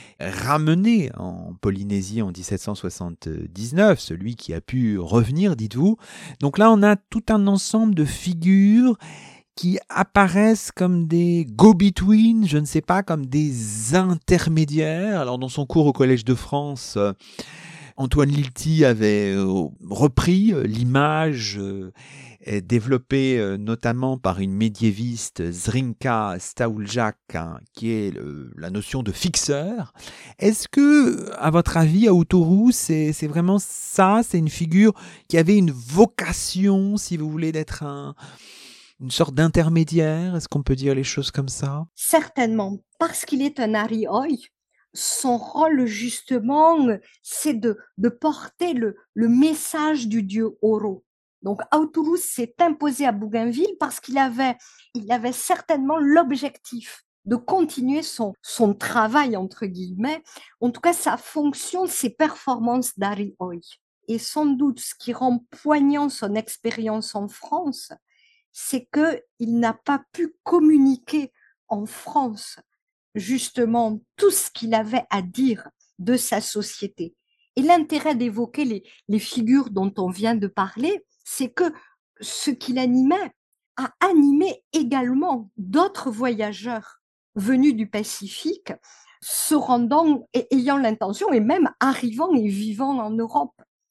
ramené en Polynésie en dix-sept cent soixante-dix-neuf, celui qui a pu revenir, dites-vous. Donc là, on a tout un ensemble de figures qui apparaissent comme des go-between, je ne sais pas, comme des intermédiaires. Alors dans son cours au Collège de France, euh, Antoine Lilti avait euh, repris euh, l'image euh, développée euh, notamment par une médiéviste, Zrinka Stauljak, hein, qui est le, la notion de fixeur. Est-ce que, à votre avis, Aotearoa, c'est, c'est vraiment ça? C'est une figure qui avait une vocation, si vous voulez, d'être un une sorte d'intermédiaire, est-ce qu'on peut dire les choses comme ça? Certainement, parce qu'il est un Arioi, son rôle justement, c'est de, de porter le, le message du dieu Oro. Donc Aotearoa s'est imposé à Bougainville parce qu'il avait, il avait certainement l'objectif de continuer son, son travail, entre guillemets, en tout cas sa fonction, ses performances d'Arioi. Et sans doute ce qui rend poignant son expérience en France, c'est qu'il n'a pas pu communiquer en France justement tout ce qu'il avait à dire de sa société. Et l'intérêt d'évoquer les, les figures dont on vient de parler, c'est que ce qu'il animait a animé également d'autres voyageurs venus du Pacifique, se rendant et ayant l'intention et même arrivant et vivant en Europe.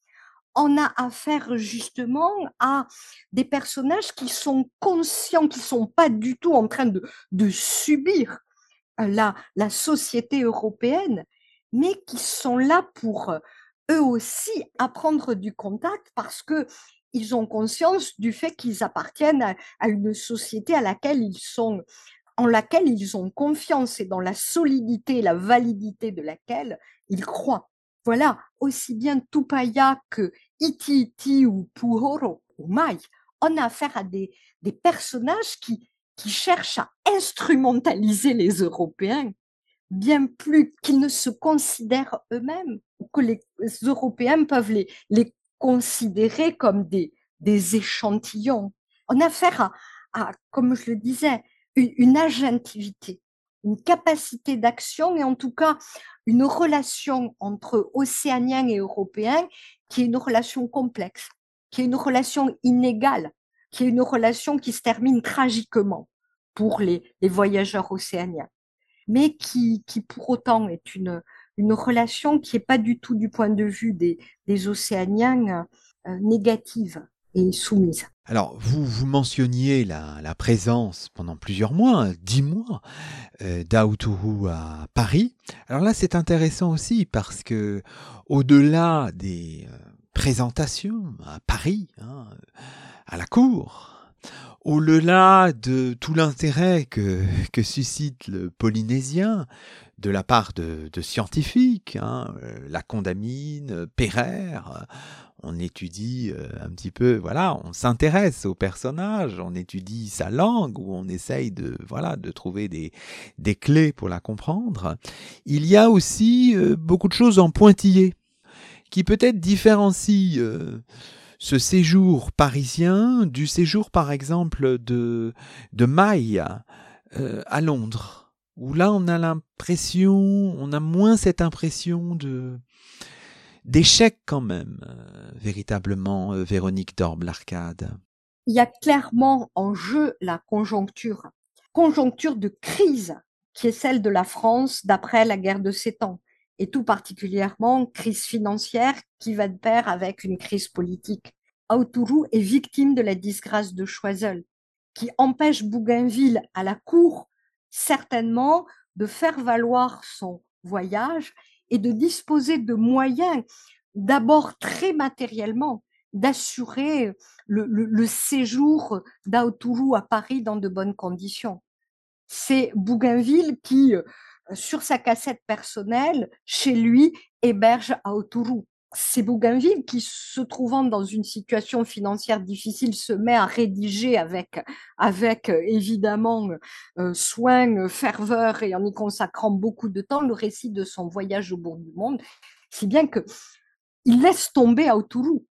On a affaire justement à des personnages qui sont conscients, qui sont pas du tout en train de, de subir la, la société européenne, mais qui sont là pour euh, eux aussi apprendre du contact parce que ils ont conscience du fait qu'ils appartiennent à, à une société à laquelle ils sont, en laquelle ils ont confiance et dans la solidité et la validité de laquelle ils croient. Voilà, aussi bien Tupaya que Iti Iti ou Puhoro ou Mai, on a affaire à des, des personnages qui, qui cherchent à instrumentaliser les Européens bien plus qu'ils ne se considèrent eux-mêmes, ou que les Européens peuvent les, les considérer comme des, des échantillons. On a affaire à, à, comme je le disais, une, une agentivité, une capacité d'action et en tout cas une relation entre Océaniens et Européens qui est une relation complexe, qui est une relation inégale, qui est une relation qui se termine tragiquement pour les, les voyageurs océaniens, mais qui, qui pour autant est une, une relation qui n'est pas du tout du point de vue des, des Océaniens euh, négative et soumise. Alors, vous, vous mentionniez la, la présence pendant plusieurs mois, dix mois, euh, d'Aotearoa à Paris. Alors là, c'est intéressant aussi parce que, au-delà des euh, présentations à Paris, hein, à la cour, au-delà de tout l'intérêt que, que suscite le polynésien de la part de, de scientifiques, hein, euh, la Condamine, Pereire, on étudie euh, un petit peu, voilà, on s'intéresse au personnage, on étudie sa langue, ou on essaye de, voilà, de trouver des, des clés pour la comprendre. Il y a aussi euh, beaucoup de choses en pointillé qui peut-être différencient euh, ce séjour parisien du séjour, par exemple, de, de Mai euh, à Londres, où là, on a l'impression, on a moins cette impression de d'échec quand même, euh, véritablement, euh, Véronique Dorbe-Larcade. Il y a clairement en jeu la conjoncture, conjoncture de crise qui est celle de la France d'après la guerre de Sept Ans, et tout particulièrement crise financière qui va de pair avec une crise politique. Aotearoa est victime de la disgrâce de Choiseul, qui empêche Bougainville à la cour certainement de faire valoir son voyage et de disposer de moyens, d'abord très matériellement, d'assurer le, le, le séjour d'Aotourou à Paris dans de bonnes conditions. C'est Bougainville qui, euh, sur sa cassette personnelle, chez lui, héberge Aotourou. C'est Bougainville qui, se trouvant dans une situation financière difficile, se met à rédiger avec, avec euh, évidemment euh, soin, ferveur et en y consacrant beaucoup de temps le récit de son voyage au bout du monde, si bien que il laisse tomber Aotourou.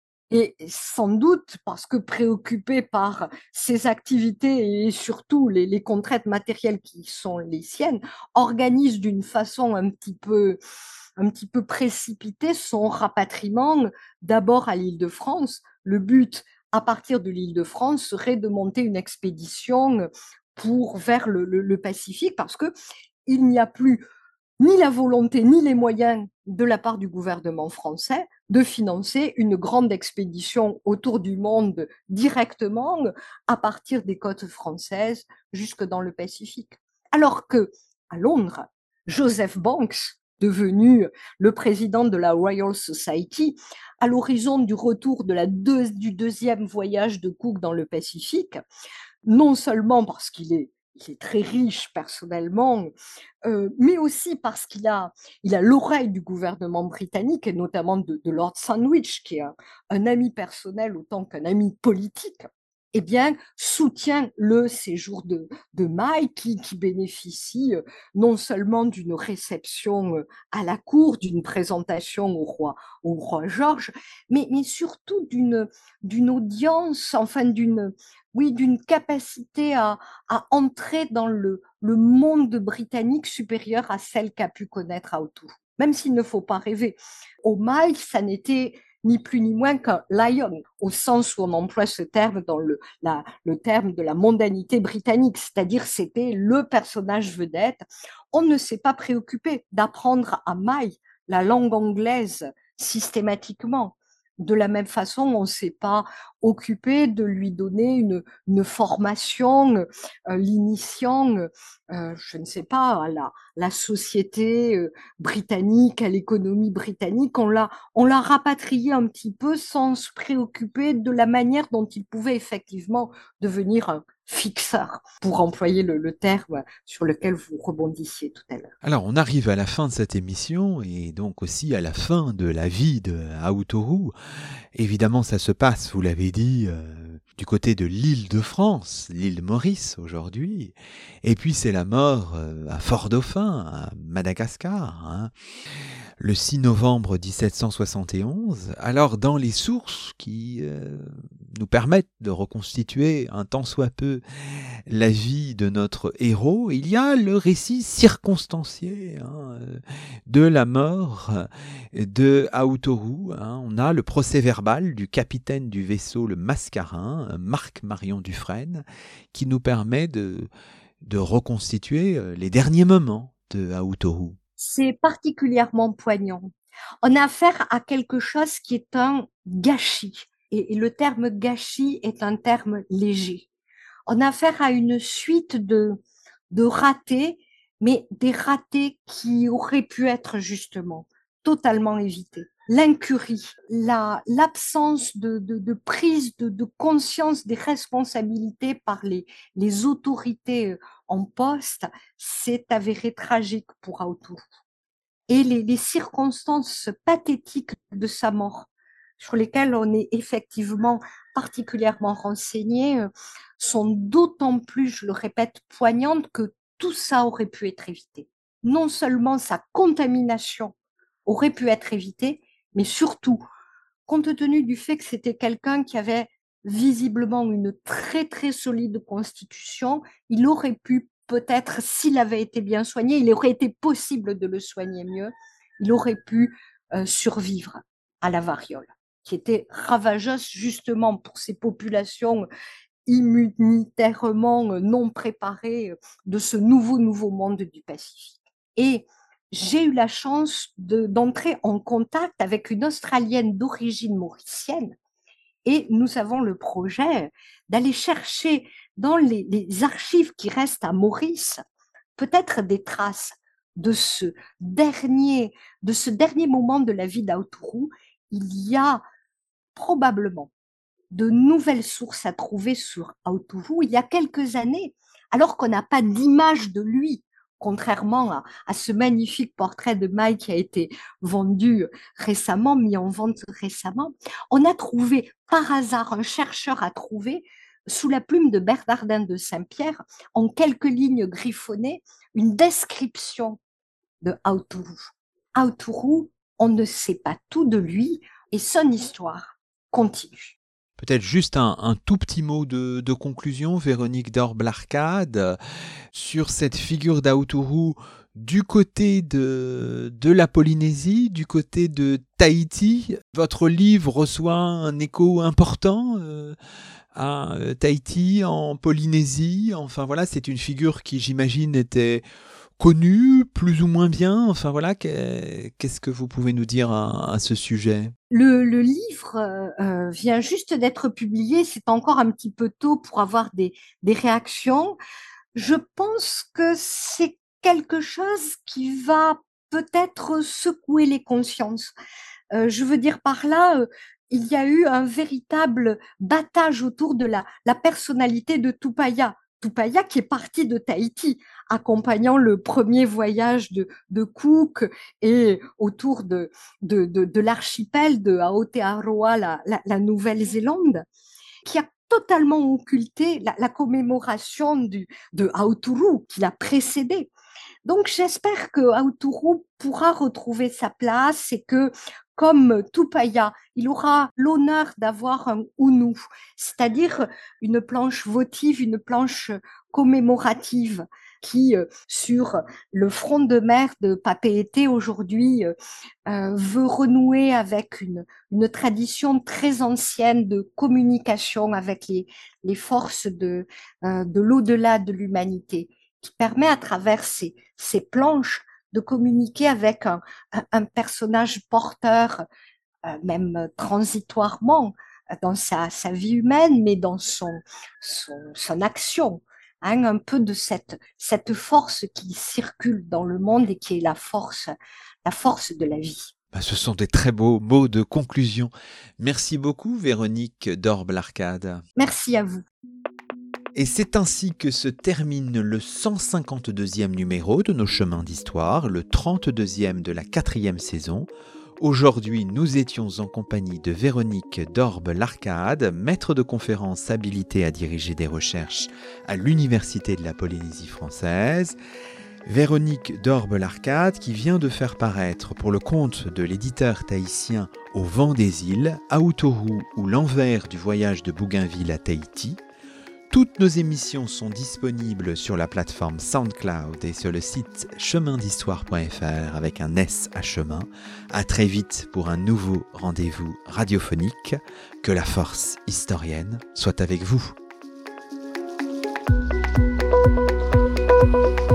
Et sans doute parce que préoccupé par ses activités et surtout les, les contraintes matérielles qui sont les siennes, organise d'une façon un petit peu, un petit peu précipitée son rapatriement d'abord à l'Île-de-France. Le but, à partir de l'Île-de-France, serait de monter une expédition pour vers le, le, le Pacifique parce que il n'y a plus ni la volonté ni les moyens de la part du gouvernement français de financer une grande expédition autour du monde directement à partir des côtes françaises jusque dans le Pacifique. Alors que à Londres, Joseph Banks, devenu le président de la Royal Society, à l'horizon du retour de la deux, du deuxième voyage de Cook dans le Pacifique, non seulement parce qu'il est il est très riche personnellement, euh, mais aussi parce qu'il a, il a l'oreille du gouvernement britannique, et notamment de, de Lord Sandwich, qui est un, un ami personnel autant qu'un ami politique, eh bien, soutient le séjour de, de Mike, qui, qui bénéficie euh, non seulement d'une réception euh, à la cour, d'une présentation au roi, au roi George, mais, mais surtout d'une, d'une audience, enfin d'une, oui, d'une capacité à, à entrer dans le, le monde britannique supérieur à celle qu'a pu connaître Aotou. Même s'il ne faut pas rêver. Au Mali, ça n'était ni plus ni moins qu'un lion, au sens où on emploie ce terme dans le, la, le terme de la mondanité britannique, c'est-à-dire c'était le personnage vedette. On ne s'est pas préoccupé d'apprendre à Maï la langue anglaise systématiquement. De la même façon, on ne s'est pas occupé de lui donner une, une formation, euh, l'initiant, euh, je ne sais pas, à la, la société euh, britannique, à l'économie britannique. On l'a, on l'a rapatrié un petit peu sans se préoccuper de la manière dont il pouvait effectivement devenir un fixeur, pour employer le, le terme sur lequel vous rebondissiez tout à l'heure. Alors, on arrive à la fin de cette émission et donc aussi à la fin de la vie de Aotourou. Évidemment, ça se passe, vous l'avez dit, euh, du côté de l'île de France, l'île Maurice aujourd'hui. Et puis, c'est la mort euh, à Fort-Dauphin, à Madagascar, hein, le six novembre dix-sept cent soixante et onze. Alors, dans les sources qui euh, nous permettent de reconstituer un tant soit peu la vie de notre héros, il y a le récit circonstancié hein, de la mort de Aotourou. Hein. On a le procès verbal du capitaine du vaisseau le Mascarin, Marc Marion Dufresne, qui nous permet de, de reconstituer les derniers moments de Aotourou. C'est particulièrement poignant. On a affaire à quelque chose qui est un gâchis. Et, et le terme gâchis est un terme léger. On a affaire à une suite de, de ratés, mais des ratés qui auraient pu être justement totalement évités. L'incurie, la, l'absence de, de, de prise de, de conscience des responsabilités par les, les autorités en poste, s'est avéré tragique pour Aotourou. Et les, les circonstances pathétiques de sa mort, sur lesquelles on est effectivement particulièrement renseigné, sont d'autant plus, je le répète, poignantes que tout ça aurait pu être évité. Non seulement sa contamination aurait pu être évitée, mais surtout, compte tenu du fait que c'était quelqu'un qui avait visiblement une très très solide constitution, il aurait pu peut-être, s'il avait été bien soigné, il aurait été possible de le soigner mieux, il aurait pu euh, survivre à la variole, qui était ravageuse justement pour ces populations immunitairement non préparées de ce nouveau, nouveau monde du Pacifique. Et j'ai eu la chance de, d'entrer en contact avec une Australienne d'origine mauricienne et nous avons le projet d'aller chercher dans les, les archives qui restent à Maurice peut-être des traces de ce dernier, de ce dernier moment de la vie d'Aotourou. Il y a probablement de nouvelles sources à trouver sur Autourou il y a quelques années, alors qu'on n'a pas d'image de lui, contrairement à, à ce magnifique portrait de Maï qui a été vendu récemment, mis en vente récemment. On a trouvé par hasard, un chercheur a trouvé, sous la plume de Bernardin de Saint-Pierre, en quelques lignes griffonnées, une description de Autourou. Autourou, on ne sait pas tout de lui et son histoire continue. Peut-être juste un, un tout petit mot de, de conclusion, Véronique d'Orbe-Larcade, sur cette figure d'Autourou du côté de, de la Polynésie, du côté de Tahiti. Votre livre reçoit un écho important euh, à Tahiti, en Polynésie. Enfin voilà, c'est une figure qui, j'imagine, était connue, plus ou moins bien. Enfin voilà, qu'est-ce que vous pouvez nous dire à, à ce sujet ? Le, le livre euh, vient juste d'être publié, c'est encore un petit peu tôt pour avoir des, des réactions. Je pense que c'est quelque chose qui va peut-être secouer les consciences. Euh, je veux dire par là, euh, il y a eu un véritable battage autour de la, la personnalité de Tupaya. Tupaya qui est parti de Tahiti, accompagnant le premier voyage de, de Cook et autour de, de, de, de l'archipel de Aotearoa, la, la, la Nouvelle-Zélande, qui a totalement occulté la, la commémoration du, de Autourou qui l'a précédé. Donc j'espère que Autourou pourra retrouver sa place et que, comme Tupaya, il aura l'honneur d'avoir un Unu, c'est-à-dire une planche votive, une planche commémorative qui, sur le front de mer de Papeete aujourd'hui, euh, veut renouer avec une, une tradition très ancienne de communication avec les, les forces de, euh, de l'au-delà de l'humanité, qui permet à travers ces, ces planches de communiquer avec un, un personnage porteur, euh, même transitoirement, dans sa, sa vie humaine, mais dans son, son, son action. Hein, un peu de cette, cette force qui circule dans le monde et qui est la force, la force de la vie. Ben, ce sont des très beaux mots de conclusion. Merci beaucoup, Véronique d'Orbe-Larcade. Merci à vous. Et c'est ainsi que se termine le cent cinquante-deuxième numéro de nos chemins d'histoire, le trente-deuxième de la quatrième saison. Aujourd'hui, nous étions en compagnie de Véronique d'Orbe-Larcade, maître de conférences habilitée à diriger des recherches à l'Université de la Polynésie française. Véronique d'Orbe-Larcade qui vient de faire paraître pour le compte de l'éditeur tahitien Au vent des îles, Autourou ou l'envers du voyage de Bougainville à Tahiti. Toutes nos émissions sont disponibles sur la plateforme SoundCloud et sur le site chemin d'histoire point f r avec un S à chemin. À très vite pour un nouveau rendez-vous radiophonique. Que la force historienne soit avec vous.